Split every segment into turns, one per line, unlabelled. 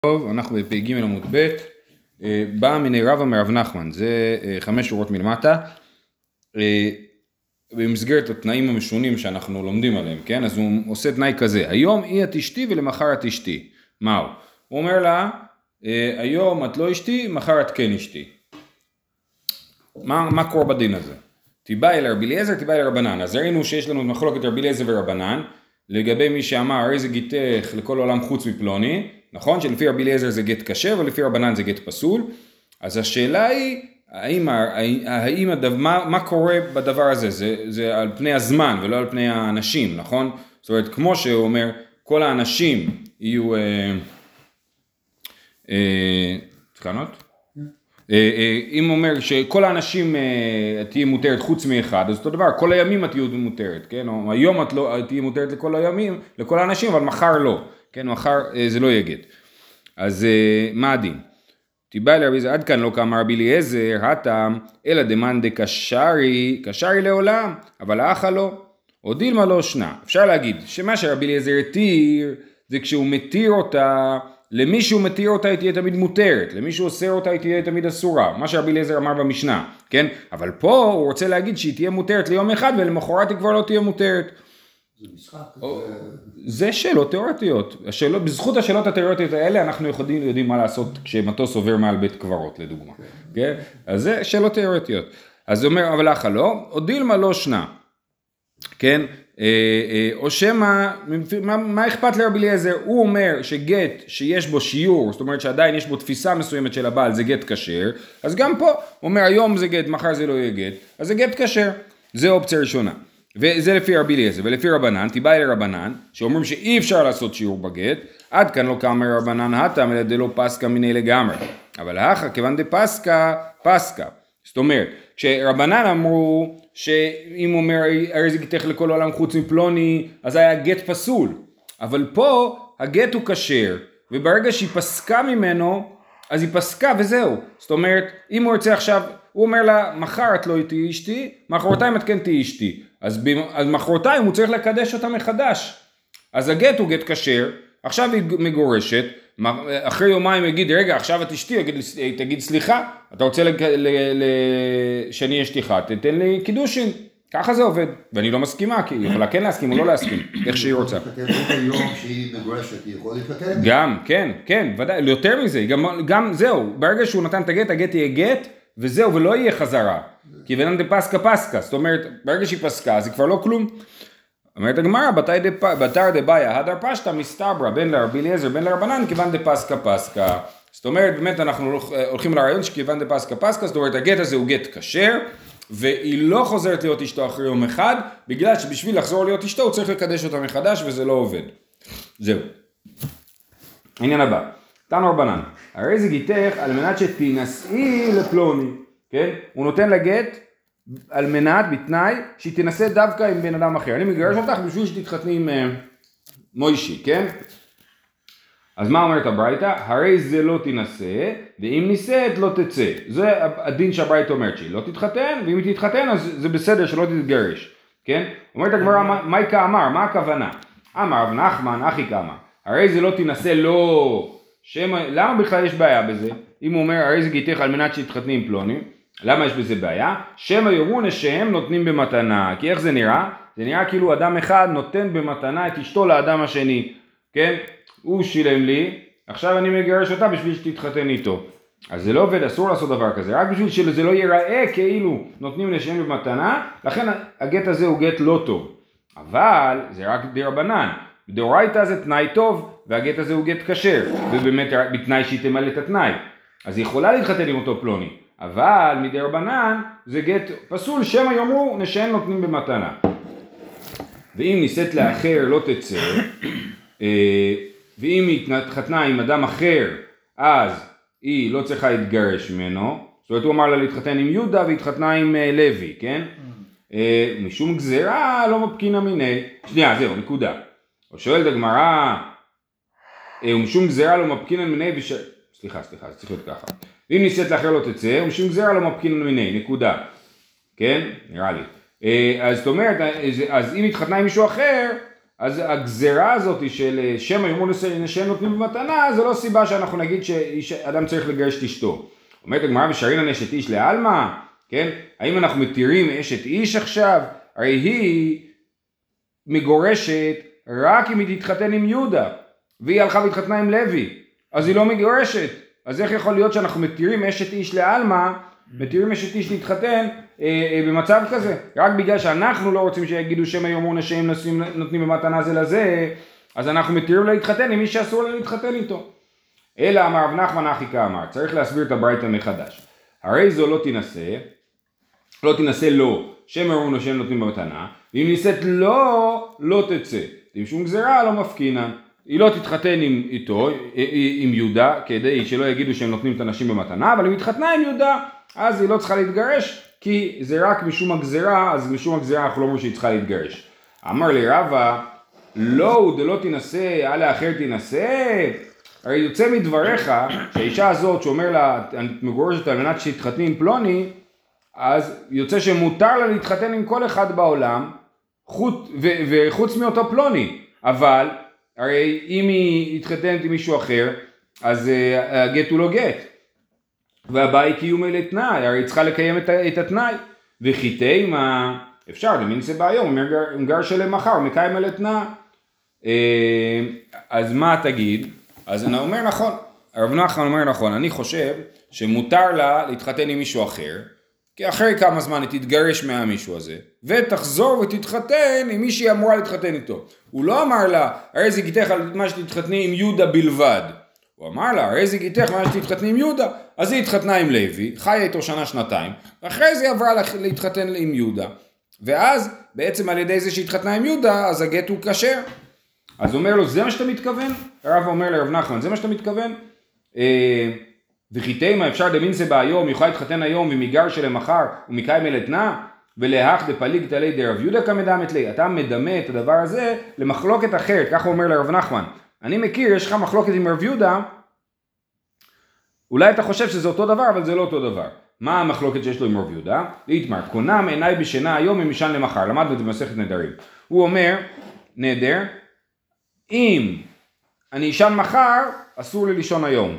טוב, אנחנו בפ"ג עמוד ב', בא מיני רבא מרב נחמן, זה 5 שורות מלמטה, במסגרת התנאים המשונים שאנחנו לומדים עליהם, כן? אז הוא עושה תנאי כזה, היום היא את אשתי ולמחר את אשתי. מהו? הוא אומר לה, היום את לא אשתי, מחר את כן אשתי. מה קורה בדין הזה? תיבאי לרבי אליעזר, תיבאי לרבנן. אז ראינו שיש לנו מחלוקת רבי אליעזר ורבנן, לגבי מי שאמר, הרי זה גיתך לכל העולם חוץ מפלוני, נכון? שלפי רבי אליעזר זה גט כשר, ולפי רבנן זה גט פסול. אז השאלה היא, מה קורה בדבר הזה? זה על פני הזמן ולא על פני האנשים, נכון? זאת אומרת, כמו שהוא אומר, כל האנשים יהיו... תקנות? אם אומר שכל האנשים תהיה מותרת חוץ מאחד, אז אותו דבר, כל הימים את תהיה מותרת, כן? או היום את לא תהיה מותרת לכל הימים, לכל האנשים, אבל מחר לא, כן? מחר זה לא יהיה גט. אז מה הדין? תיבאי לרבי אליעזר, עד כאן לא כאמר רבי אליעזר, הטעם, אלא דמאן דקשרי, קשרי לעולם, אבל האחה לא, או דילמה לא שנה. אפשר להגיד שמה שרבי אליעזר התיר, זה כשהוא מתיר אותה, למי שהוא מתיר אותה היא תהיה תמיד מותרת, למי שהוא אוסר אותה היא תהיה תמיד אסורה, מה שרבי אליעזר אמר במשנה, כן? אבל פה הוא רוצה להגיד שהיא תהיה מותרת ליום אחד ולמחרת היא כבר לא תהיה מותרת.
זה משחק.
זה שאלות תיאורטיות, בזכות השאלות התיאורטיות האלה אנחנו יודעים מה לעשות כשמטוס עובר מעל בית קברות לדוגמה, כן? אז זה שאלות תיאורטיות. אז הוא אומר, אבל לך לא, או דילמה לא שנה, כן? או שמה, מה אכפת לרבי אליעזר? הוא אומר שגט שיש בו שיעור, זאת אומרת שעדיין יש בו תפיסה מסוימת של הבעל, זה גט כשר, אז גם פה הוא אומר היום זה גט, מחר זה לא יהיה גט, אז זה גט כשר, זה אופציה ראשונה. וזה לפי רבי אליעזר, ולפי רבנן, תיבאי לרבנן, שאומרים שאי אפשר לעשות שיעור בגט, עד כאן לא כאמר רבנן הטעם, אלא דלא פסקה מיני לגמרי, אבל האחה כיוון דפסקה, פסקה. זאת אומרת, כשרבנן אמרו שאם אומר הרי זה גיתך לכל העולם חוץ מפלוני, אז היה גט פסול, אבל פה הגט הוא כשר, וברגע שהיא פסקה ממנו, אז היא פסקה וזהו. זאת אומרת, אם הוא יוצא עכשיו, הוא אומר לה, מחר את לא תהיי אשתי, מחרתיים את כן תהיי אשתי, אז מחרתיים הוא צריך לקדש אותה מחדש, אז הגט הוא גט כשר, עכשיו היא מגורשת, אחרי יומיים יגיד, רגע, עכשיו את אשתי, תגיד סליחה, אתה רוצה שאני אשתך, תתן לי קידושין, ככה זה עובד, ואני לא מסכימה, כי היא יכולה כן להסכים או לא להסכים, איך שהיא רוצה.
היום שהיא מגורשת, היא יכולה להתחתן?
גם, כן, ודאי, יותר מזה, גם זהו, ברגע שהוא נתן את הגט, הגט יהיה גט, וזהו, ולא יהיה חזרה, כי בנן דפסקה פסקה, זאת אומרת, ברגע שהיא פסקה, זה כבר לא כלום. אומרת הגמרא, בתר דבעיה, הדר פשטה מסתברא, בין לרבי אליעזר, בין לרבנן, כיוון דפסקה פסקה. זאת אומרת, באמת אנחנו הולכים לרעיון שכיוון דפסקה פסקה, זאת אומרת, הגט הזה הוא גט כשר, והיא לא חוזרת להיות אשתו אחרי יום אחד, בגלל שבשביל לחזור להיות אשתו, הוא צריך לקדש אותה מחדש, וזה לא עובד. זהו. העניין הבא, תנו רבנן, הרי זה גיתך על מנת שתינשאי לפלוני, כן? הוא נותן לגט, על מנת, בתנאי, שהיא תנסה דווקא עם בן אדם אחר. אני מגרש אותך בשביל שתתחתני עם מוישי, כן? אז מה אומרת הברייתא? הרי זה לא תנסה, ואם נישאת לא תצא. זה הדין שהברייתא אומרת שהיא לא תתחתן, ואם היא תתחתן אז זה בסדר שלא תתגרש, כן? אומרת הגמרא, מה כאמר? מה הכוונה? אמר רב נחמן, אחי כאמר. הרי זה לא תנסה, לא. למה בכלל יש בעיה בזה? אם הוא אומר, הרי זה גיתך על מנת שתתחתני עם פלוני, למה יש בזה בעיה? שמא יאמרו שהם נותנים במתנה, כי איך זה נראה? זה נראה כאילו אדם אחד נותן במתנה את אשתו לאדם השני, כן? הוא שילם לי, עכשיו אני מגרש אותה בשביל שתתחתן איתו. אז זה לא עובד, אסור לעשות דבר כזה, רק בשביל שזה לא ייראה כאילו נותנים לשם במתנה, לכן הגט הזה הוא גט לא טוב. אבל זה רק דרבנן, בדאורייתא זה תנאי טוב, והגט הזה הוא גט כשר, ובאמת בתנאי שהיא תמלא את התנאי. אז היא יכולה להתחתן עם אותו פלוני. אבל מדי רבנן זה גט פסול, שמא יאמרו נשאין נותנים במתנה. ואם נישאת לאחר לא תצא, ואם היא התחתנה עם אדם אחר, אז היא לא צריכה להתגרש ממנו, זאת אומרת הוא אמר לה להתחתן עם יהודה והתחתנה עם לוי, כן? משום גזירה לא מפקינה מיני, שנייה זהו נקודה. או שואלת הגמרא, ומשום גזירה לא מפקינה מיני, סליחה, זה צריך להיות ככה. אם נישאת לאחר לא תצא, ומשום גזירה לא מפקין מיני, נקודה. כן? נראה לי. אז זאת אומרת, אז אם התחתנה עם מישהו אחר, אז הגזרה הזאת של שם יאמרו נשיהם נותנים במתנה, זה לא סיבה שאנחנו נגיד שאדם צריך לגרש את אשתו. אומרת הגמרא ושרינן אשת איש לעלמא, כן? האם אנחנו מתירים אשת איש עכשיו? הרי היא מגורשת רק אם היא תתחתן עם יהודה, והיא הלכה והתחתנה עם לוי, אז היא לא מגורשת. אז איך יכול להיות שאנחנו מתירים אשת איש לעלמא, מתירים אשת איש להתחתן במצב כזה? רק בגלל שאנחנו לא רוצים שיגידו שם יאמרו נשיהם נותנים במתנה זה לזה, אז אנחנו מתירים לה להתחתן עם מי שאסור לה להתחתן איתו. אלא אמר רב נחמן אחי כאמר, צריך להסביר את הברייתא מחדש. הרי זו לא תנסה לא, שם יאמרו נשיהם נותנים במתנה, ואם ניסית לא תצא. אם שום גזירה לא מפקינן. היא לא תתחתן עם יהודה, כדי שלא יגידו שהם נותנים את הנשים במתנה, אבל אם התחתנה עם יהודה, אז היא לא צריכה להתגרש, כי זה רק משום הגזירה, אז משום הגזירה אנחנו לא אומרים שהיא צריכה להתגרש. אמר לי רבא, לא, דלא תנסה, אלה אחר תנסה. הרי יוצא מדבריך, שהאישה הזאת שאומר לה, אני מגורשת על מנת שתתחתני עם פלוני, אז יוצא שמותר לה להתחתן עם כל אחד בעולם, וחוץ מאותו פלוני, אבל הרי אם היא התחתנת עם מישהו אחר, אז הגט הוא לא גט. והבא היא קיומי לתנאי, הרי היא צריכה לקיים את התנאי. וחיטי מה, אפשר, למין זה ביום, אם גר שלם מחר, מקיים על התנאי. אז מה תגיד? אז אני אומר נכון, הרב נחמן אומר נכון, אני חושב שמותר לה להתחתן עם מישהו אחר, כי אחרי כמה זמן היא תתגרש מהמישהו הזה, ותחזור ותתחתן עם מי שהיא אמורה להתחתן איתו. הוא לא אמר לה, הרי זה גיתך על מה שתתחתני עם יהודה בלבד. הוא אמר לה, הרי זה גיתך מה שתתחתני עם יהודה. אז היא התחתנה עם לוי, חיה איתו שנה-שנתיים, ואחרי זה היא עברה להתחתן עם יהודה. ואז בעצם על ידי זה שהתחתנה עם יהודה, אז הגט הוא כשר. אז הוא אומר לו, זה מה שאתה מתכוון? הרב אומר לרב נחמן, זה מה שאתה מתכוון? וחיטי מה אפשר דמין זה בהיום, יוכל להתחתן היום ומיגר שלמחר ומקיים אל אתנה, ולהך דפליג תלי דרב יהודה כמדמת לי. אתה מדמה את הדבר הזה למחלוקת אחרת, ככה אומר לרב נחמן. אני מכיר, יש לך מחלוקת עם רב יהודה, אולי אתה חושב שזה אותו דבר, אבל זה לא אותו דבר. מה המחלוקת שיש לו עם רב יהודה? להתמר, קונם עיניי בשינה היום ממשן למחר, למדנו את זה במסכת נדרים. הוא אומר, נדר, אם אני אשן מחר, אסור לי לישון היום.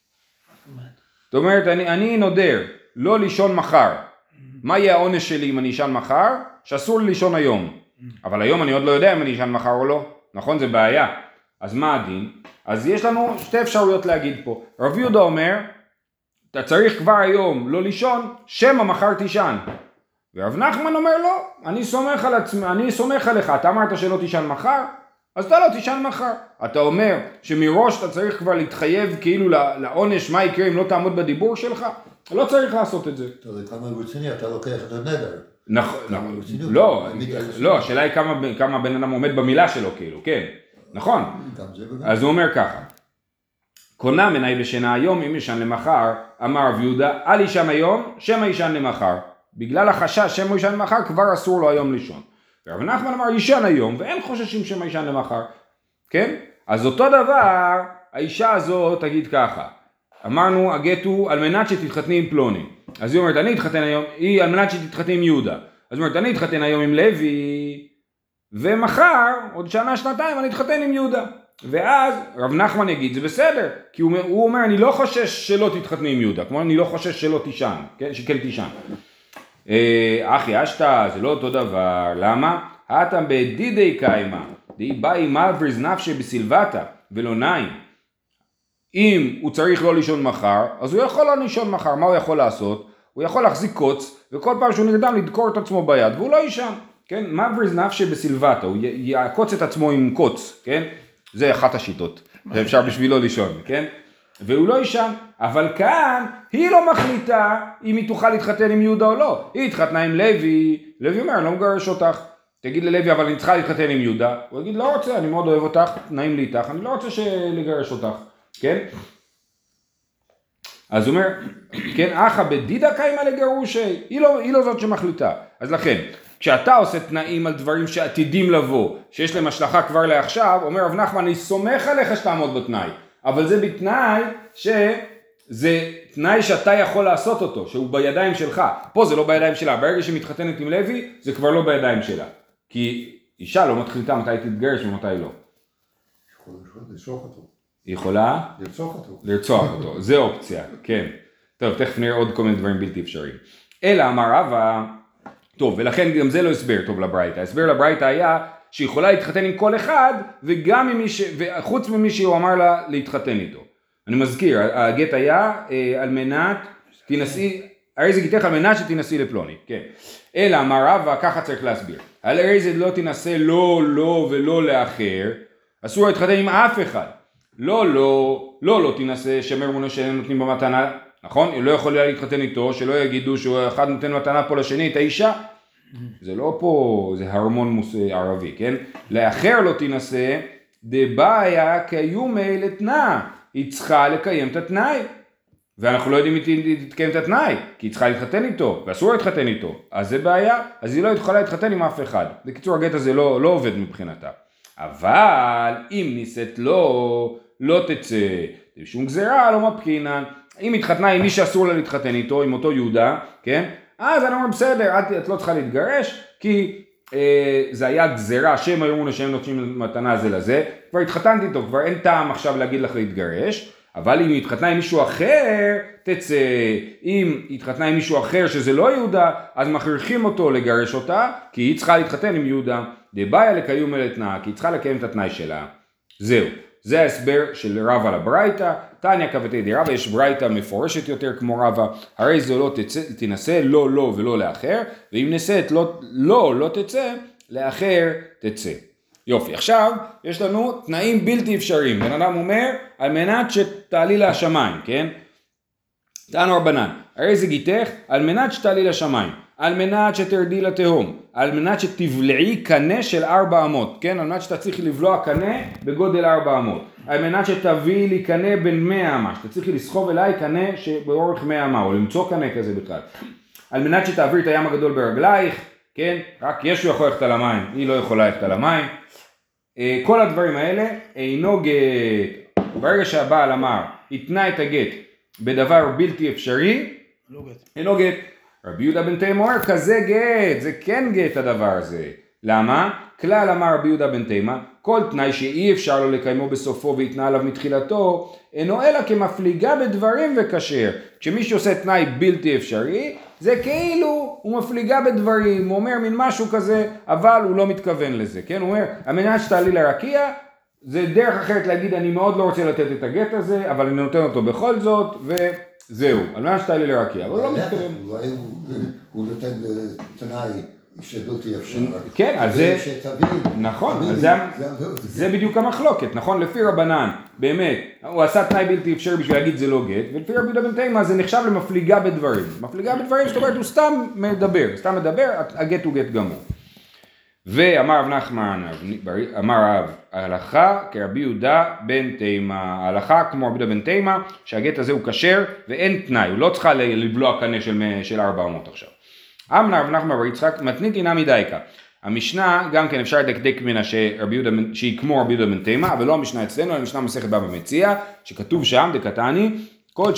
זאת אומרת, אני נודר, לא לישון מחר. מה יהיה העונש שלי אם אני אשן מחר? שאסור לי לישון היום. אבל היום אני עוד לא יודע אם אני אשן מחר או לא. נכון, זה בעיה. אז מה הדין? אז יש לנו שתי אפשרויות להגיד פה. רב יהודה אומר, אתה צריך כבר היום לא לישון, שמא מחר תישן. ורב נחמן אומר, לא, אני סומך על עצמי, אני סומך עליך. אתה אמרת שלא תישן מחר? אז אתה לא תישן מחר. אתה אומר שמראש אתה צריך כבר להתחייב כאילו לעונש מה יקרה אם לא תעמוד בדיבור שלך? לא צריך לעשות את זה.
טוב, כמה רציני, אתה לוקח את הנדר.
נכון, לא, השאלה היא כמה בן אדם עומד במילה שלו כאילו, כן, נכון. אז הוא אומר ככה, קונה מנהי בשינה היום אם ישן למחר, אמר רב יהודה, אל ישן היום, שמא ישן למחר. בגלל החשש שמא ישן למחר כבר אסור לו היום לישון. רב נחמן אמר ישן היום ואין חוששים שמא ישן למחר, כן? אז אותו דבר, האישה הזאת תגיד ככה, אמרנו הגט הוא על מנת שתתחתני עם פלוני, אז היא אומרת אני אתחתן היום, היא על מנת שתתחתני עם יהודה, אז היא אומרת אני אתחתן היום עם לוי, ומחר, עוד שנה-שנתיים אני אתחתן עם יהודה, ואז רב נחמן יגיד זה בסדר, כי הוא אומר אני לא חושש שלא תתחתני עם יהודה, כמו אני לא חושש שלא תישן, כן? שכן תישן. אחי אשתה זה לא אותו דבר, למה? האטם בדידי קיימה, די באי מעברז נפשי בסילבטה ולא נעים. אם הוא צריך לא לישון מחר, אז הוא יכול לא לישון מחר, מה הוא יכול לעשות? הוא יכול להחזיק קוץ, וכל פעם שהוא נרדם לדקור את עצמו ביד, והוא לא יישן, כן? מעברז נפשי בסילבטה, הוא יעקוץ את עצמו עם קוץ, כן? זה אחת השיטות, שאפשר בשבילו לישון, כן? והוא לא יישן, אבל כאן היא לא מחליטה אם היא תוכל להתחתן עם יהודה או לא. היא התחתנה עם לוי, לוי אומר, אני לא מגרש אותך. תגיד ללוי, אבל אני צריכה להתחתן עם יהודה. הוא יגיד, לא רוצה, אני מאוד אוהב אותך, נעים לי איתך, אני לא רוצה לגרש אותך, כן? אז הוא אומר, כן, אחא בדידה קיימה לגירושי, היא לא זאת שמחליטה. אז לכן, כשאתה עושה תנאים על דברים שעתידים לבוא, שיש להם השלכה כבר לעכשיו, אומר רב נחמן, אני סומך עליך שתעמוד בתנאי. אבל זה בתנאי שזה תנאי שאתה יכול לעשות אותו, שהוא בידיים שלך. פה זה לא בידיים שלה, ברגע שהיא מתחתנת עם לוי, זה כבר לא בידיים שלה. כי אישה לא מחליטה מתי תתגרש ומתי לא.
יכול לרצוח אותו.
היא יכולה? לרצוח אותו, זה אופציה, כן. טוב, תכף נראה עוד כל מיני דברים בלתי אפשריים. אלא אמר רבא, טוב, ולכן גם זה לא הסבר טוב לברייתא. הסבר לברייתא היה שהיא יכולה להתחתן עם כל אחד, וגם עם וחוץ ממי שהוא אמר לה להתחתן איתו. אני מזכיר, הגט היה על מנת תנסי, הרי זה גיתך על מנת שתנסי לפלוני, כן. אלא אמר רבא, ככה צריך להסביר. הרי זה לא תנסה לא, לא ולא לאחר, אסור להתחתן עם אף אחד. לא תנסה שמר מונו שהם נותנים במתנה, נכון? היא לא יכולה להתחתן איתו, שלא יגידו שהוא אחד נותן מתנה פה לשני, את האישה. זה לא פה, זה הרמון ערבי, כן? לאחר לא תנסה, דבעיה קיומי לתנא, היא צריכה לקיים את התנאי. ואנחנו לא יודעים אם היא תקיים את התנאי, כי היא צריכה להתחתן איתו, ואסור להתחתן איתו. אז זה בעיה, אז היא לא יכולה להתחתן עם אף אחד. בקיצור, הגט הזה לא עובד מבחינתה. אבל אם ניסית לא תצא, שום גזירה לא מפקינן. אם התחתנה עם מי שאסור לה להתחתן איתו, עם אותו יהודה, כן? אז אני אומר בסדר, את לא צריכה להתגרש, כי זה היה גזירה שהם היו שהם נותנים מתנה זה לזה, כבר התחתנתי איתו, כבר אין טעם עכשיו להגיד לך להתגרש, אבל אם היא התחתנה עם מישהו אחר, תצא. אם היא התחתנה עם מישהו אחר שזה לא יהודה, אז מכריחים אותו לגרש אותה, כי היא צריכה להתחתן עם יהודה. דבעיה לקיום לתנא, כי היא צריכה לקיים את התנאי שלה. זהו. זה ההסבר של רבא לברייתא. תניא כבתי דרבא, יש ברייתא מפורשת יותר כמו רבא, הרי זו לא תנסה לא ולא לאחר, ואם נסית לא תצא, לאחר תצא. יופי, עכשיו יש לנו תנאים בלתי אפשריים. בן אדם אומר, על מנת שתעלי לשמיים, כן? תענו רבנן, הרי זה גיתך, על מנת שתעלי לשמיים, על מנת שתרדי לתהום, על מנת שתבלעי קנה של 400, כן? על מנת שתצליחי לבלוע קנה בגודל 400, על מנת שתביאי לי קנה בין 100 אמה, שתצליחי לסחוב אליי קנה שבאורך 100 אמה, או למצוא קנה כזה בכלל, על מנת שתעביר את הים הגדול ברגלייך, כן? רק ישו יכול ללכת על המים, היא לא יכולה ללכת על המים. כל הדברים האלה אינו גט. ברגע שהבעל אמר, התנה את הגט בדבר בלתי אפשרי, אינו גט. רבי יהודה בן תימא אומר, כזה גט, זה כן גט הדבר הזה. למה? כלל אמר רבי יהודה בן תימא, כל תנאי שאי אפשר לו לקיימו בסופו והתנה עליו מתחילתו, אינו אלא כמפליגה בדברים וכשר. כשמישהו עושה תנאי בלתי אפשרי, זה כאילו הוא מפליגה בדברים, הוא אומר מין משהו כזה, אבל הוא לא מתכוון לזה, כן? הוא אומר, המנהל שתעלי לרקיע, זה דרך אחרת להגיד, אני מאוד לא רוצה לתת את הגט הזה, אבל אני נותן אותו בכל זאת, וזהו, המנהל שתעלי לרקיע, אבל הוא לא מתכוון.
הוא נותן תנאי שבלתי אפשר.
כן, אז זה, נכון, זה בדיוק המחלוקת, נכון? לפי רבנן, באמת, הוא עשה תנאי בלתי אפשרי בשביל להגיד זה לא גט, ולפי רבי יהודה בן תימא זה נחשב למפליגה בדברים. מפליגה בדברים, זאת אומרת, הוא סתם מדבר, הגט הוא גט גמור. ואמר רב נחמן, אמר רב, ההלכה כרבי יהודה בן תימא, ההלכה כמו רבי יהודה בן תימא, שהגט הזה הוא כשר ואין תנאי, הוא לא צריכה לבלוע קנה של 400 עכשיו. אמר רב נחמן בר יצחק, מתנית אינה מדייקה. המשנה גם כן אפשר לדקדק ממנה שהיא כמו רבי יהודה בן תימא, אבל לא המשנה אצלנו, המשנה מסכת בבא מציעא, שכתוב שם דקתני, כל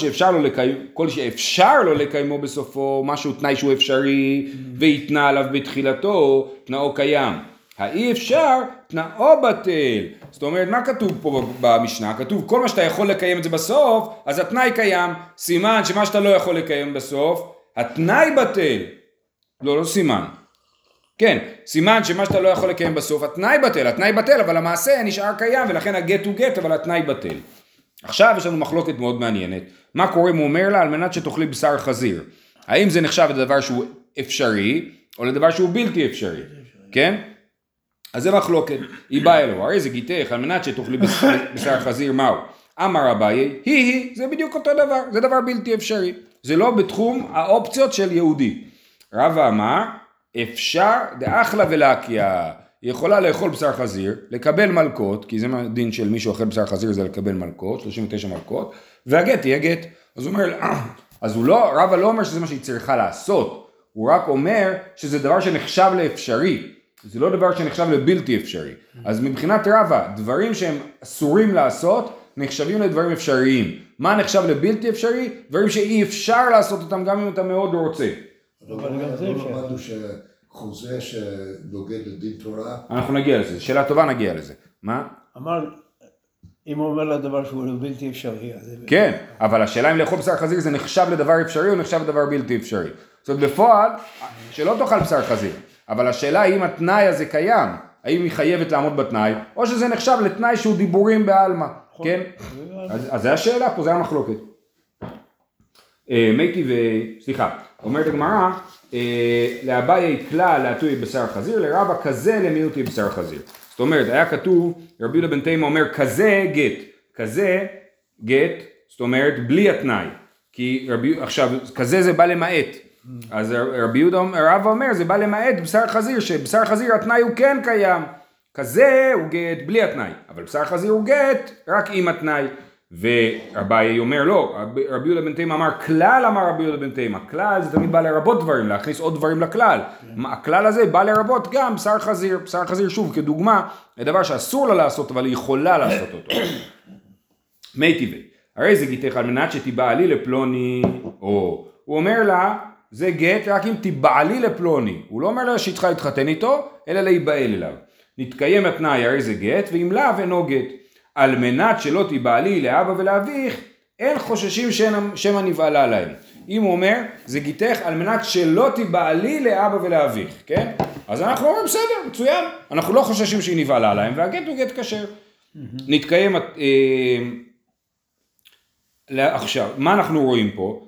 שאפשר לו לקיימו בסופו, משהו תנאי שהוא אפשרי, והתנה עליו בתחילתו, תנאו קיים. האי אפשר, תנאו בטל. זאת אומרת, מה כתוב פה במשנה? כתוב, כל מה שאתה יכול לקיים את זה בסוף, אז התנאי קיים. סימן שמה שאתה לא יכול לקיים בסוף, התנאי בטל. לא סימן. כן, סימן שמה שאתה לא יכול לקיים בסוף, התנאי בטל, אבל המעשה נשאר קיים, ולכן הגט הוא גט, אבל התנאי בטל. עכשיו יש לנו מחלוקת מאוד מעניינת. מה קורה אם הוא אומר לה על מנת שתאכלי בשר חזיר? האם זה נחשב לדבר שהוא אפשרי, או לדבר שהוא בלתי אפשרי? כן? אז זה מחלוקת. היא באה אלו, הרי זה גיתך על מנת שתאכלי בשר חזיר, מהו? אמר אביי, זה בדיוק אותו דבר, זה דבר בלתי אפשרי. זה לא בתחום האופציות של יהודי. רבא אמר, אפשר דאכלה ולהקיע. היא יכולה לאכול בשר חזיר, לקבל מלכות, כי זה דין של מישהו אוכל בשר חזיר זה לקבל מלכות, 39 מלכות, והגט יהיה גט. אז הוא אומר, רבא לא אומר שזה מה שהיא צריכה לעשות, הוא רק אומר שזה דבר שנחשב לאפשרי, זה לא דבר שנחשב לבלתי אפשרי. אז מבחינת רבא, דברים שהם אסורים לעשות, נחשבים לדברים אפשריים. מה נחשב לבלתי אפשרי? דברים שאי אפשר לעשות אותם גם אם אתה מאוד רוצה.
אבל גם זה אפשר. חוזה שנוגד לדין תורה?
אנחנו נגיע לזה, שאלה טובה, נגיע לזה. מה?
אמר, אם הוא אומר לדבר שהוא בלתי אפשרי, אז...
כן, אבל השאלה אם לאכול בשר חזיר זה נחשב לדבר אפשרי או נחשב לדבר בלתי אפשרי. זאת אומרת, בפועל, שלא תאכל בשר חזיר, אבל השאלה האם התנאי הזה קיים, האם היא חייבת לעמוד בתנאי, או שזה נחשב לתנאי שהוא דיבורים בעלמא, כן? אז זה השאלה פה, זה המחלוקת. סליחה, אומרת הגמרא, לאביי כלל להטוי בשר חזיר, לרבא כזה למיעוטי בשר חזיר. זאת אומרת, היה כתוב, רבי יהודה בן תימא אומר, כזה גט, כזה גט, זאת אומרת, בלי התנאי. כי עכשיו, כזה זה בא למעט. אז רבי יהודה, רבא אומר, זה בא למעט בשר חזיר, שבשר חזיר התנאי הוא כן קיים. כזה הוא גט בלי התנאי, אבל בשר חזיר הוא גט רק עם התנאי. ורבי אומר לא, רבי יהודה בן תימא אמר כלל, אמר רבי יהודה בן תימא, כלל זה תמיד בא לרבות דברים, להכניס עוד דברים לכלל. הכלל הזה בא לרבות גם בשר חזיר, בשר חזיר שוב כדוגמה, לדבר שאסור לה לעשות אבל היא יכולה לעשות אותו. מי טבעי, הרי זה גיתך על מנת שתיבעלי לפלוני, או הוא אומר לה זה גט רק אם תיבעלי לפלוני, הוא לא אומר לה שהיא צריכה להתחתן איתו, אלא להיבעל אליו. נתקיים התנאי הרי זה גט, ואם לאו אינו גט. על מנת שלא תיבעלי לאבא ולאביך, אין חוששים שמא נבעלה להם. אם הוא אומר, זה גיתך על מנת שלא תיבעלי לאבא ולאביך, כן? אז אנחנו אומרים, בסדר, מצוין. אנחנו לא חוששים שהיא נבעלה להם, והגט הוא גט כשר. נתקיים, עכשיו, מה אנחנו רואים פה?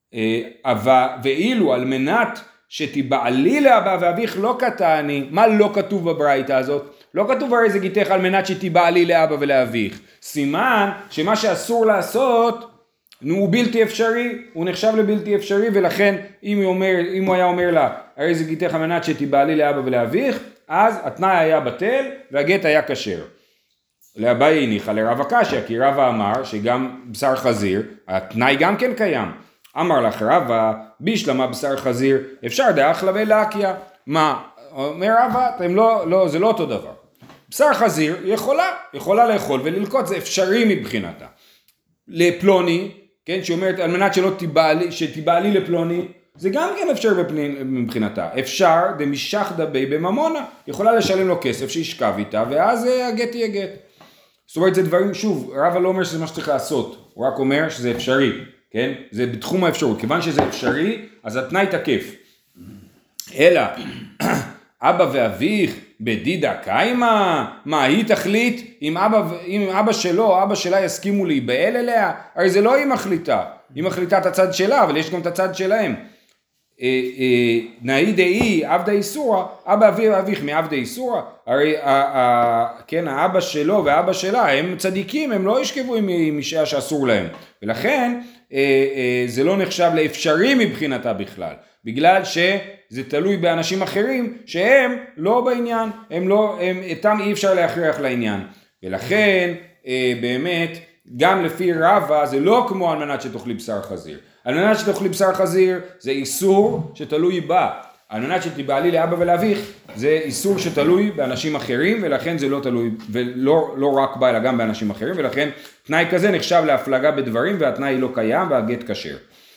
ואילו על מנת שתיבעלי לאבא ואביך לא קטעני, מה לא כתוב בברייתא הזאת? לא כתוב הרי זה גיתך על מנת שתיבעלי לאבא ולאביך. סימן שמה שאסור לעשות הוא בלתי אפשרי, הוא נחשב לבלתי אפשרי, ולכן אם הוא היה אומר לה הרי זה גיתך על מנת שתיבעלי לאבא ולאביך, אז התנאי היה בטל והגט היה כשר. לאביי הניחה לרבא קשיא, כי רבא אמר שגם בשר חזיר, התנאי גם כן קיים. אמר לך רבא, בישלמה בשר חזיר, אפשר דאכלה ולקיה. מה? אומר רבא, זה לא אותו דבר. בשר חזיר יכולה לאכול וללקוט, זה אפשרי מבחינתה. לפלוני, כן, שאומרת על מנת שתיבעלי לפלוני, זה גם כן אפשר מבחינתה. אפשר דמשחדא בי בממונה, יכולה לשלם לו כסף שישכב איתה, ואז הגט יהיה גט. זאת אומרת, זה דברים, שוב, רבא לא אומר שזה מה שצריך לעשות, הוא רק אומר שזה אפשרי, כן? זה בתחום האפשרות, כיוון שזה אפשרי, אז התנאי תקף. אלא, אבא ואביך בדידה קיימה, מה היא תחליט אם אבא שלו או אבא שלה יסכימו להיבעל אליה? הרי זה לא היא מחליטה, היא מחליטה את הצד שלה, אבל יש גם את הצד שלהם. נאי דאי עבדה איסורה, אבא ואביך מעבדה איסורה, הרי כן, האבא שלו והאבא שלה הם צדיקים, הם לא ישכבו עם אישה שאסור להם, ולכן זה לא נחשב לאפשרי מבחינתה בכלל, בגלל שזה תלוי באנשים אחרים שהם לא בעניין, איתם אי אפשר להכריח לעניין, ולכן באמת גם לפי רבא זה לא כמו על מנת שתאכלי בשר חזיר. על מנת שתאכלי בשר חזיר זה איסור שתלוי בה. על מנת שתיבעלי לאבא ולאביך זה איסור שתלוי באנשים אחרים, ולכן זה לא תלוי, ולא רק בה אלא גם באנשים אחרים, ולכן תנאי כזה נחשב להפלגה בדברים והתנאי לא קיים והגט כשר.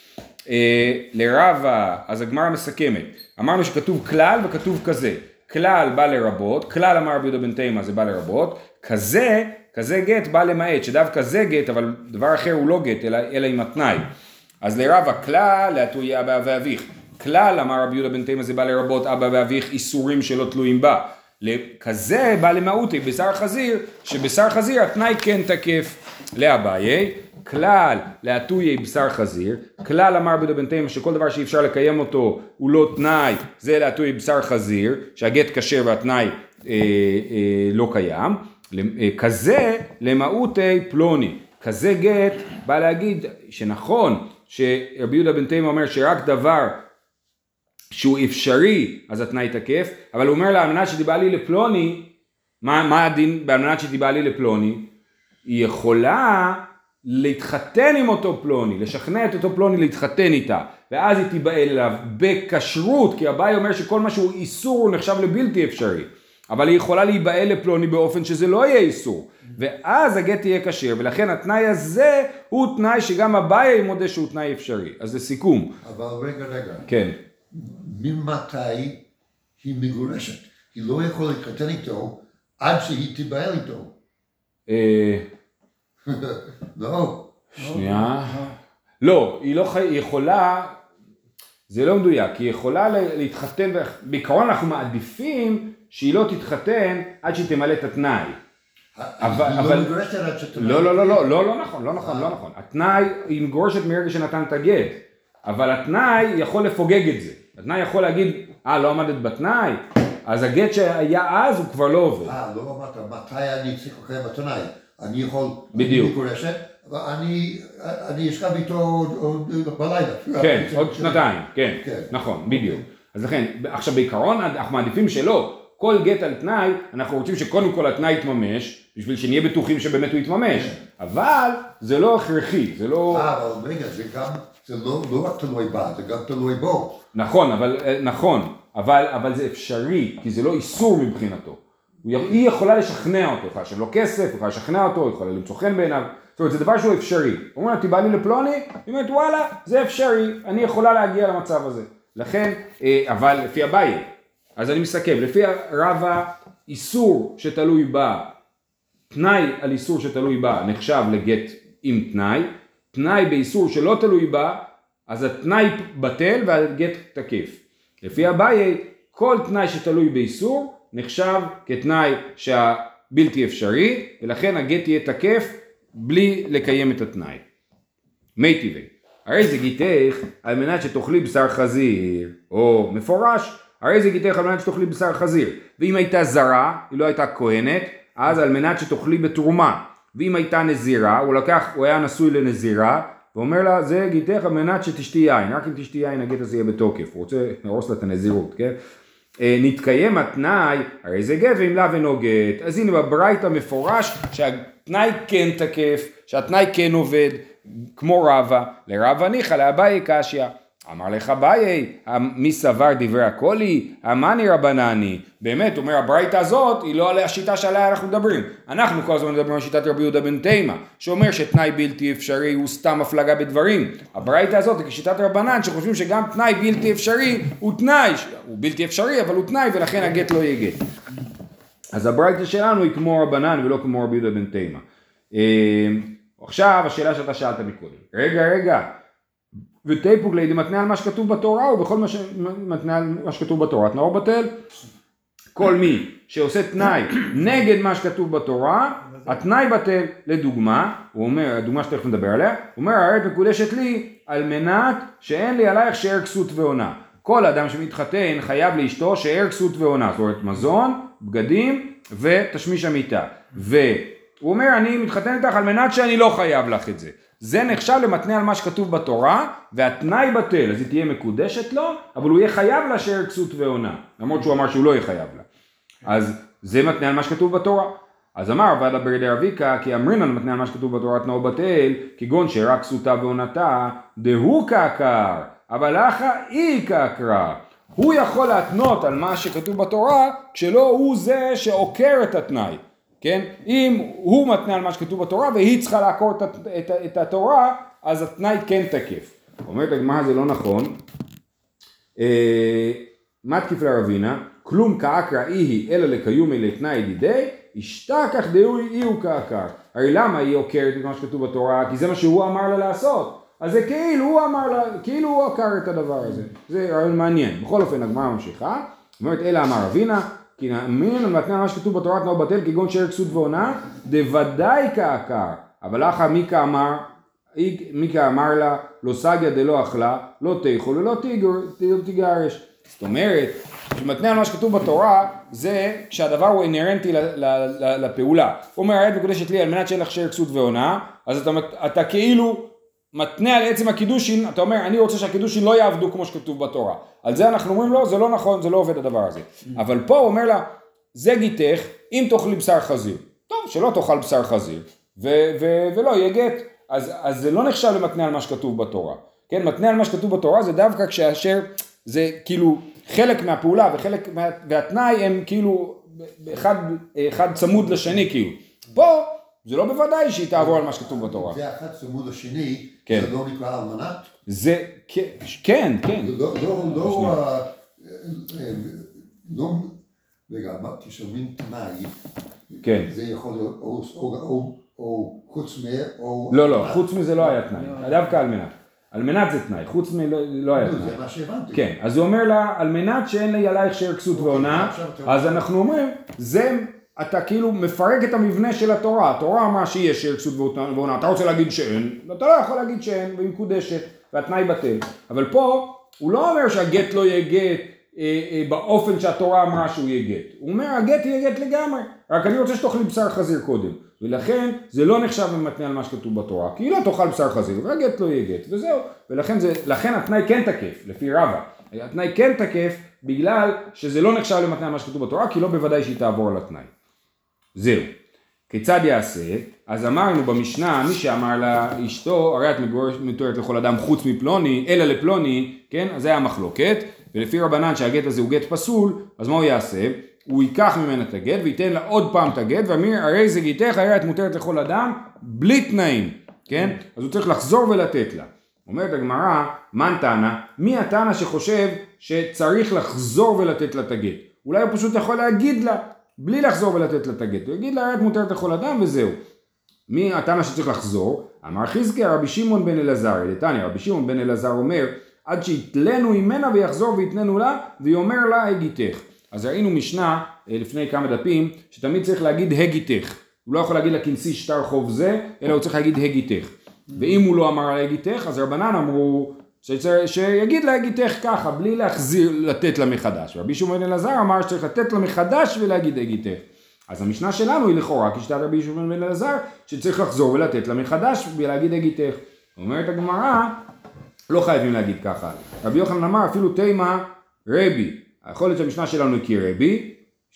לרבא, אז הגמרא מסכמת. אמרנו שכתוב כלל וכתוב כזה. כלל בא לרבות, כלל אמר רבי יהודה בן תימא זה בא לרבות, כזה גט בא למעט, שדווקא זה גט, אבל דבר אחר הוא לא גט, אלא עם התנאי. אז לרבא כלל להטוי אבא ואביך. כלל אמר רבי יהודה בן תימא זה בא לרבות אבא ואביך איסורים שלא תלויים בה. כזה בא למהותי בשר חזיר, שבשר חזיר התנאי כן תקף. לאביי, כלל להטוי בשר חזיר, כלל אמר רבי יהודה בן תימא שכל דבר שאי אפשר לקיים אותו הוא לא תנאי, זה להטוי בשר חזיר, שהגט כשר והתנאי לא קיים. כזה למהותי פלוני, כזה גט בא להגיד שנכון שרבי יהודה בן תימא אומר שרק דבר שהוא אפשרי אז התנאי תקף, אבל הוא אומר לה על מנת שתיבעלי לפלוני, מה הדין על מנת שתיבעלי לפלוני? היא יכולה להתחתן עם אותו פלוני, לשכנע את אותו פלוני להתחתן איתה, ואז היא תיבעל אליו בכשרות, כי אביי אומר שכל מה שהוא איסור הוא נחשב לבלתי אפשרי. אבל היא יכולה להיבעל לפלוני באופן שזה לא יהיה איסור, ואז הגט יהיה כשר, ולכן התנאי הזה הוא תנאי שגם אביי מודה שהוא תנאי אפשרי. אז לסיכום.
אבל רגע.
כן.
ממתי היא מגורשת. היא לא יכולה להתחתן איתו עד שהיא תיבהל איתו. לא.
שנייה. לא, היא יכולה, זה לא מדויק, היא יכולה להתחתן, בעיקרון אנחנו מעדיפים שהיא לא תתחתן עד שהיא תמלא את התנאי.
היא לא מגורשת עד שתמלא.
לא נכון. התנאי, היא מגורשת מרגע שנתן את הגט, אבל התנאי יכול לפוגג את זה. התנאי יכול להגיד, לא עמדת בתנאי, אז הגט שהיה אז הוא כבר לא עובד.
לא אמרת, מתי אני צריך לקיים בתנאי? אני יכול,
בדיוק.
אני מגורשת, אני אשכב איתו בלילה.
כן, עוד שנתיים, כן, נכון, בדיוק. אז לכן, עכשיו בעיקרון אנחנו מעדיפים שלא, כל גט על תנאי, אנחנו רוצים שקודם כל התנאי יתממש, בשביל שנהיה בטוחים שבאמת הוא יתממש, אבל זה לא הכרחי, זה לא...
אבל רגע, זה לא רק תלוי בה, זה גם תלוי בו.
נכון, אבל זה אפשרי, כי זה לא איסור מבחינתו. היא יכולה לשכנע אותו, יכולה לשלם לו כסף, יכולה לשכנע אותו, יכולה למצוא חן בעיניו, זאת אומרת, זה דבר שהוא אפשרי. הוא אומר, תבא לי לפלוני, היא אומרת, וואלה, זה אפשרי, אני יכולה להגיע למצב הזה. לכן, אבל לפי אביי, אז אני מסכם, לפי רבא, איסור שתלוי בה, תנאי על איסור שתלוי בה נחשב לגט עם תנאי, תנאי באיסור שלא תלוי בה, אז התנאי בטל והגט תקף. לפי אביי, כל תנאי שתלוי באיסור נחשב כתנאי שהבלתי אפשרי, ולכן הגט יהיה תקף בלי לקיים את התנאי. מי טבעי, הרי זה גיתך על מנת שתאכלי בשר חזיר, או מפורש, הרי זה גיתך על מנת שתאכלי בשר חזיר, ואם הייתה זרה, היא לא הייתה כהנת, אז על מנת שתאכלי בתרומה, ואם הייתה נזירה, הוא היה נשוי לנזירה, ואומר לה, זה גיתך על מנת שתשתי יין, רק אם תשתי יין הגט הזה יהיה בתוקף, הוא רוצה להרוס לה את הנזירות, כן? נתקיים התנאי, הרי זה גט ואם לאו אינו גט, אז הנה בברייתא מפורש שהתנאי כן תקף, שהתנאי כן עובד, כמו רבא, לרבא ניחא לאביי קשיא, אמר לך אביי, מי סבר דברי הקולי, אמני רבנני, באמת אומר הברייתא הזאת היא לא על השיטה שעליה אנחנו מדברים, אנחנו כל הזמן מדברים על שיטת רבי יהודה בן תימא, שאומר שתנאי בלתי אפשרי הוא סתם הפלגה בדברים, הברייתא הזאת היא כשיטת רבנן שחושבים שגם תנאי בלתי אפשרי הוא תנאי, הוא בלתי אפשרי אבל הוא תנאי ולכן הגט לא יהיה גט. אז הברייתא שלנו היא כמו רבנן ולא כמו רבי יהודה בן תימא. עכשיו השאלה שאתה שאלת מקודם, רגע, ותיפוק לידי מתנה על מה שכתוב בתורה, ובכל מתנה על מה שכתוב בתורה, תנאו בטל. כל מי שעושה תנאי נגד מה שכתוב בתורה, התנאי בטל. לדוגמה, הוא אומר, הדוגמה שתכף נדבר עליה, הוא אומר, הרי מקודשת לי על מנת שאין לי עלייך שאר כסות ועונה. כל אדם שמתחתן חייב לאשתו שאר כסות ועונה, זאת אומרת מזון, בגדים ותשמיש המיטה. והוא אומר, אני מתחתן איתך על מנת שאני לא חייב לך את זה. זה נחשב למתנה על מה שכתוב בתורה, והתנאי בטל, אז היא תהיה מקודשת לו, אבל הוא יהיה חייב לה שאר כסות ועונה, למרות שהוא אמר שהוא לא יהיה חייב לה. אז זה מתנה על מה שכתוב בתורה. אז אמר ועדה ברדי רביקה, כי אמרינן מתנה על מה שכתוב בתורה תנאו בטל, כגון שאר כסותה ועונתה, דהו כעקר, אבל אחא אי כעקרה. הוא יכול להתנות על מה שכתוב בתורה, כשלא הוא זה שעוקר את התנאי. כן? אם הוא מתנה על מה שכתוב בתורה והיא צריכה לעקור את התורה, אז התנאי כן תקף. אומרת הגמרא זה לא נכון. מתקיף לרבינה, כלום כעקרא היא אלא לקיום אלי תנאי דידי, השתכח דהו אי הוא כעקר. הרי למה היא עוקרת את מה שכתוב בתורה? כי זה מה שהוא אמר לה לעשות. אז זה כאילו הוא אמר לה, כאילו הוא עקר את הדבר הזה. זה רעיון מעניין. בכל אופן הגמרא ממשיכה. אומרת אלא אמר רבינה, כי נאמין מתנה מה שכתוב בתורה תנאו בטל כגון שאר כסות ועונה, דוודאי כעקר. אבל אחא מיקה אמר לה, לא סגיה דלא אכלה, לא תאכול ולא תיגרש. זאת אומרת, שמתנה על מה שכתוב בתורה, זה כשהדבר הוא אינרנטי לפעולה. הוא אומר, העת מקודשת לי על מנת שאין לך שאר כסות ועונה, אז אתה כאילו מתנה על עצם הקידושין, אתה אומר, אני רוצה שהקידושין לא יעבדו כמו שכתוב בתורה. על זה אנחנו אומרים לו, זה לא נכון, זה לא עובד הדבר הזה. אבל פה הוא אומר לה, זה גיתך, אם תאכלי בשר חזיר. טוב, שלא תאכל בשר חזיר, ולא יהיה גט. אז זה לא נחשב למתנה על מה שכתוב בתורה. כן, מתנה על מה שכתוב בתורה זה דווקא כשאשר זה כאילו חלק מהפעולה והתנאי הם כאילו אחד צמוד לשני כאילו. פה זה לא בוודאי שהיא תעבור על מה שכתוב בתורה.
זה אחד צמוד לשני, זה לא נקרא אלמנת?
זה, כן.
לא, רגע, כשאומרים תנאי,
כן.
זה יכול להיות או חוץ או...
לא, חוץ מזה לא היה תנאי, דווקא על מנת. על מנת זה תנאי, חוץ מזה לא היה תנאי.
זה מה שהבנתי.
כן, אז הוא אומר לה, על מנת שאין לי עלייך שאר כסות ועונה, אז אנחנו אומרים, זה, אתה כאילו מפרק את המבנה של התורה. התורה אמרה שיש שאר כסות ועונה, אתה רוצה להגיד שאין, אתה לא יכול להגיד שאין, והיא מקודשת, והתנאי בטל. אבל פה, הוא לא אומר שהגט לא יהיה גט באופן שהתורה אמרה שהוא יהיה גט. הוא אומר, הגט יהיה גט לגמרי, רק אני רוצה שתאכלי בשר חזיר קודם. ולכן זה לא נחשב ומתנה על מה שכתוב בתורה, כי היא לא תאכל בשר חזיר, והגט לא יהיה גט, וזהו. ולכן התנאי כן תקף, לפי רבא. התנאי כן תקף בגלל שזה לא נחשב למתנה על מה שכתוב בתורה, כי לא בוודאי שהיא תעבור על התנאי. זהו. כיצד יעשה? אז אמרנו במשנה, מי שאמר לאשתו, הרי את מתוארת לכל אדם חוץ מפלוני, אלא לפלוני, כן? אז זה היה מחלוקת, ולפי רבנן שהגט הזה הוא גט פסול, אז מה הוא יעשה? הוא ייקח ממנה את הגט וייתן לה עוד פעם את הגט, ואמיר, הרי זה גיתך, הרי את מותרת לכל אדם, בלי תנאים, כן? אז הוא צריך לחזור ולתת לה. אומרת הגמרא, מן תנא? מי התנא שחושב שצריך לחזור ולתת לה את הגט? אולי הוא פשוט יכול להגיד לה, בלי לחזור ולתת לה את הגט. הוא יגיד לה, הרי את מותרת לכל אדם וזהו. מי התנא שצריך לחזור? אמר חזקיה, רבי שמעון בן אלעזר, לתניא, רבי שמעון בן אלעזר אומר, עד שיתלנו ממנה ויחזור ויתננו לה, ויאמר לה הגיתך. אז ראינו משנה לפני כמה דפים, שתמיד צריך להגיד הגיתך. הוא לא יכול להגיד לכנסי שטר חוב זה, אלא הוא צריך להגיד הגיתך. ואם הוא לא אמר על הגיתך, אז רבנן אמרו שיגיד לה הגיתך ככה, בלי להחזיר, לתת לה מחדש. רבי שמעון בן אלעזר אמר שצריך לתת לה מחדש ולהגיד הגיתך. אז המשנה שלנו היא לכאורה, כשיטת רבי שמעון בן אלעזר, שצריך לחזור ולתת לה מחדש ולהגיד הגיתך. אומרת הגמרא, לא חייבים להגיד ככה. רבי יוחנן אמר אפילו תימה רבי. יכול להיות שהמשנה שלנו היא כרבי,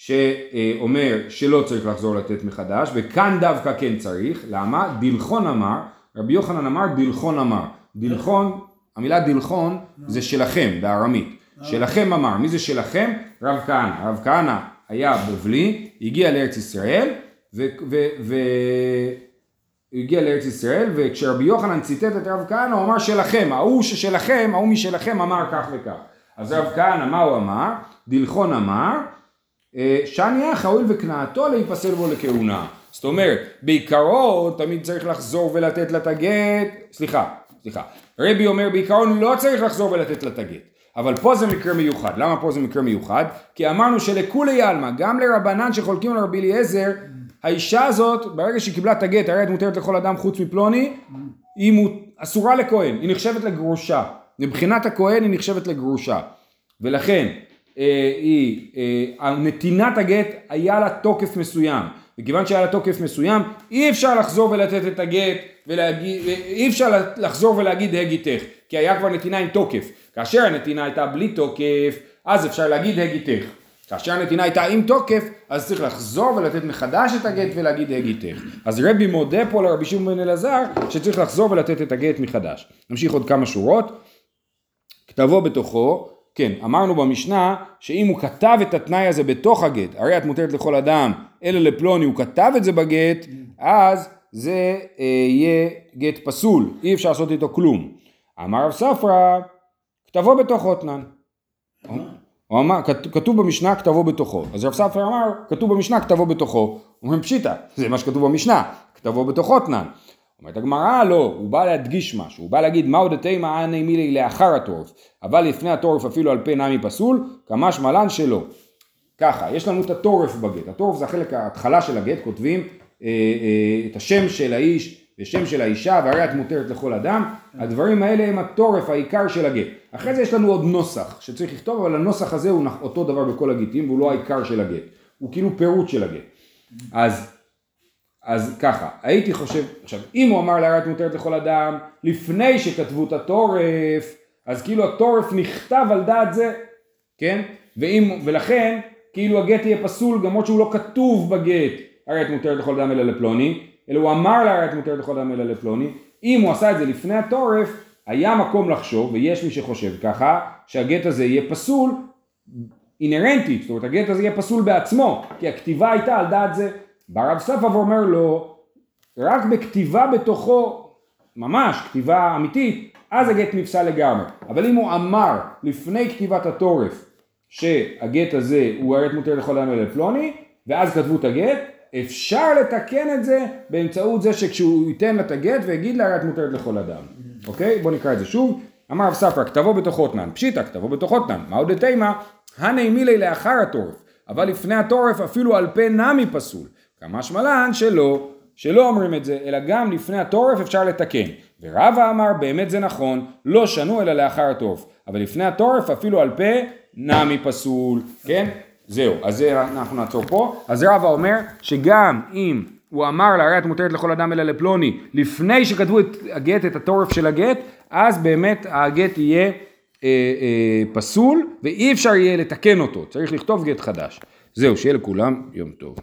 שאומר שלא צריך לחזור לתת מחדש, וכאן דווקא כן צריך. למה? דלחון אמר, רבי יוחנן אמר, דלחון אמר. דלחון, המילה דלחון זה שלכם, בארמית. שלכם אמר, מי זה שלכם? רב כהנא. רב כהנא היה בבלי, הגיע לארץ ישראל, הגיע לארץ ישראל, וכשרבי יוחנן ציטט את רב כהנא, הוא אמר שלכם, ההוא ששלכם, ההוא משלכם אמר כך וכך. אז רב כהנא, מה הוא אמר? דלחון אמר, שניח הואיל וקנאתו להיפסל בו לכהונה. זאת אומרת, בעיקרון תמיד צריך לחזור ולתת לה את הגט, סליחה, רבי אומר בעיקרון לא צריך לחזור ולתת לה את הגט. אבל פה זה מקרה מיוחד. למה פה זה מקרה מיוחד? כי אמרנו שלכולי עלמא, גם לרבנן שחולקים על רבי אליעזר, האישה הזאת, ברגע שהיא קיבלה את הגט, הרי את מותרת לכל אדם חוץ מפלוני, היא אסורה לכהן, היא נחשבת לגרושה. מבחינת הכהן היא נחשבת לגרושה. ולכן, נתינת הגט היה לה תוקף מסוים. וכיוון שהיה לה תוקף מסוים, אי אפשר לחזור ולתת את הגט, אי אפשר לחזור ולהגיד הגיתך, כי היה כבר נתינה עם תוקף. כאשר הנתינה הייתה בלי תוקף, אז אפשר להגיד הגיתך. כאשר הנתינה הייתה עם תוקף, אז צריך לחזור ולתת מחדש את הגט ולהגיד הגיתך. אז רבי מודה פה לרבי שמעון בן אלעזר, שצריך לחזור ולתת את הגט מחדש. נמשיך עוד כמה שורות. כתבו בתוכו, כן, אמרנו במשנה, שאם הוא כתב את התנאי הזה בתוך הגט, הרי את מותרת לכל אדם, אלא לפלוני, הוא כתב את זה בגט, אז זה יהיה גט פסול, אי אפשר לעשות איתו כלום. אמר רב ספרא, כתבו בתוכו תנן. הוא אמר, כתוב במשנה, כתבו בתוכו. אז רב ספרא אמר, כתוב במשנה, כתבו בתוכו. הוא פשיטה, זה מה שכתוב במשנה, כתבו בתוכו תנן. אומרת הגמרא, לא, הוא בא להדגיש משהו, הוא בא להגיד, מהו דתימה אנא מילי לאחר התורף, אבל לפני התורף אפילו על פי נמי פסול, כמשמע לן שלא. ככה, יש לנו את התורף בגט, התורף זה החלק ההתחלה של הגט, כותבים את השם של האיש ושם של האישה, והרי את מותרת לכל אדם, הדברים האלה הם התורף, העיקר של הגט. אחרי זה יש לנו עוד נוסח שצריך לכתוב, אבל הנוסח הזה הוא אותו דבר בכל הגטים, והוא לא העיקר של הגט, הוא כאילו פירוט של הגט. אז ככה, הייתי חושב, עכשיו, אם הוא אמר להרי את מותרת לכל אדם, לפני שכתבו את התורף, אז כאילו התורף נכתב על דעת זה, כן? ולכן, כאילו הגט יהיה פסול, גם שהוא לא כתוב בגט, הרי את מותרת לכל אדם אלא לפלוני, אלא הוא אמר להרי את מותרת לכל אדם אלא לפלוני, אם הוא עשה את זה לפני התורף, היה מקום לחשוב, ויש מי שחושב ככה, שהגט הזה יהיה פסול, אינרנטית, זאת אומרת, הגט הזה יהיה פסול בעצמו, כי הכתיבה הייתה על דעת זה, בא רב ספרא ואומר לו, רק בכתיבה בתוכו, ממש כתיבה אמיתית, אז הגט נפסל לגמרי. אבל אם הוא אמר לפני כתיבת התורף, שהגט הזה הוא הרת מותרת לכל אדם אלא לפלוני, ואז כתבו את הגט, אפשר לתקן את זה באמצעות זה שכשהוא ייתן לה את הגט ויגיד לה הרת מותרת לכל אדם. אוקיי? בואו נקרא את זה שוב. אמר רב ספרא, כתבו בתוך אתנן, פשיטא, כתבו בתוך אתנן, מהו דתימה? הני מילי לאחר התורף, אבל לפני התורף אפילו על פה נמי פסול. כמה שמלן שלא אומרים את זה, אלא גם לפני התורף אפשר לתקן. ורבא אמר, באמת זה נכון, לא שנו אלא לאחר התורף, אבל לפני התורף אפילו על פה נמי פסול, כן? זהו, אז זה אנחנו נעצור פה. אז רבא אומר שגם אם הוא אמר לה הרת מותרת לכל אדם אלא לפלוני, לפני שכתבו את הגט, את התורף של הגט, אז באמת הגט יהיה פסול, ואי אפשר יהיה לתקן אותו, צריך לכתוב גט חדש. זהו, שיהיה לכולם יום טוב.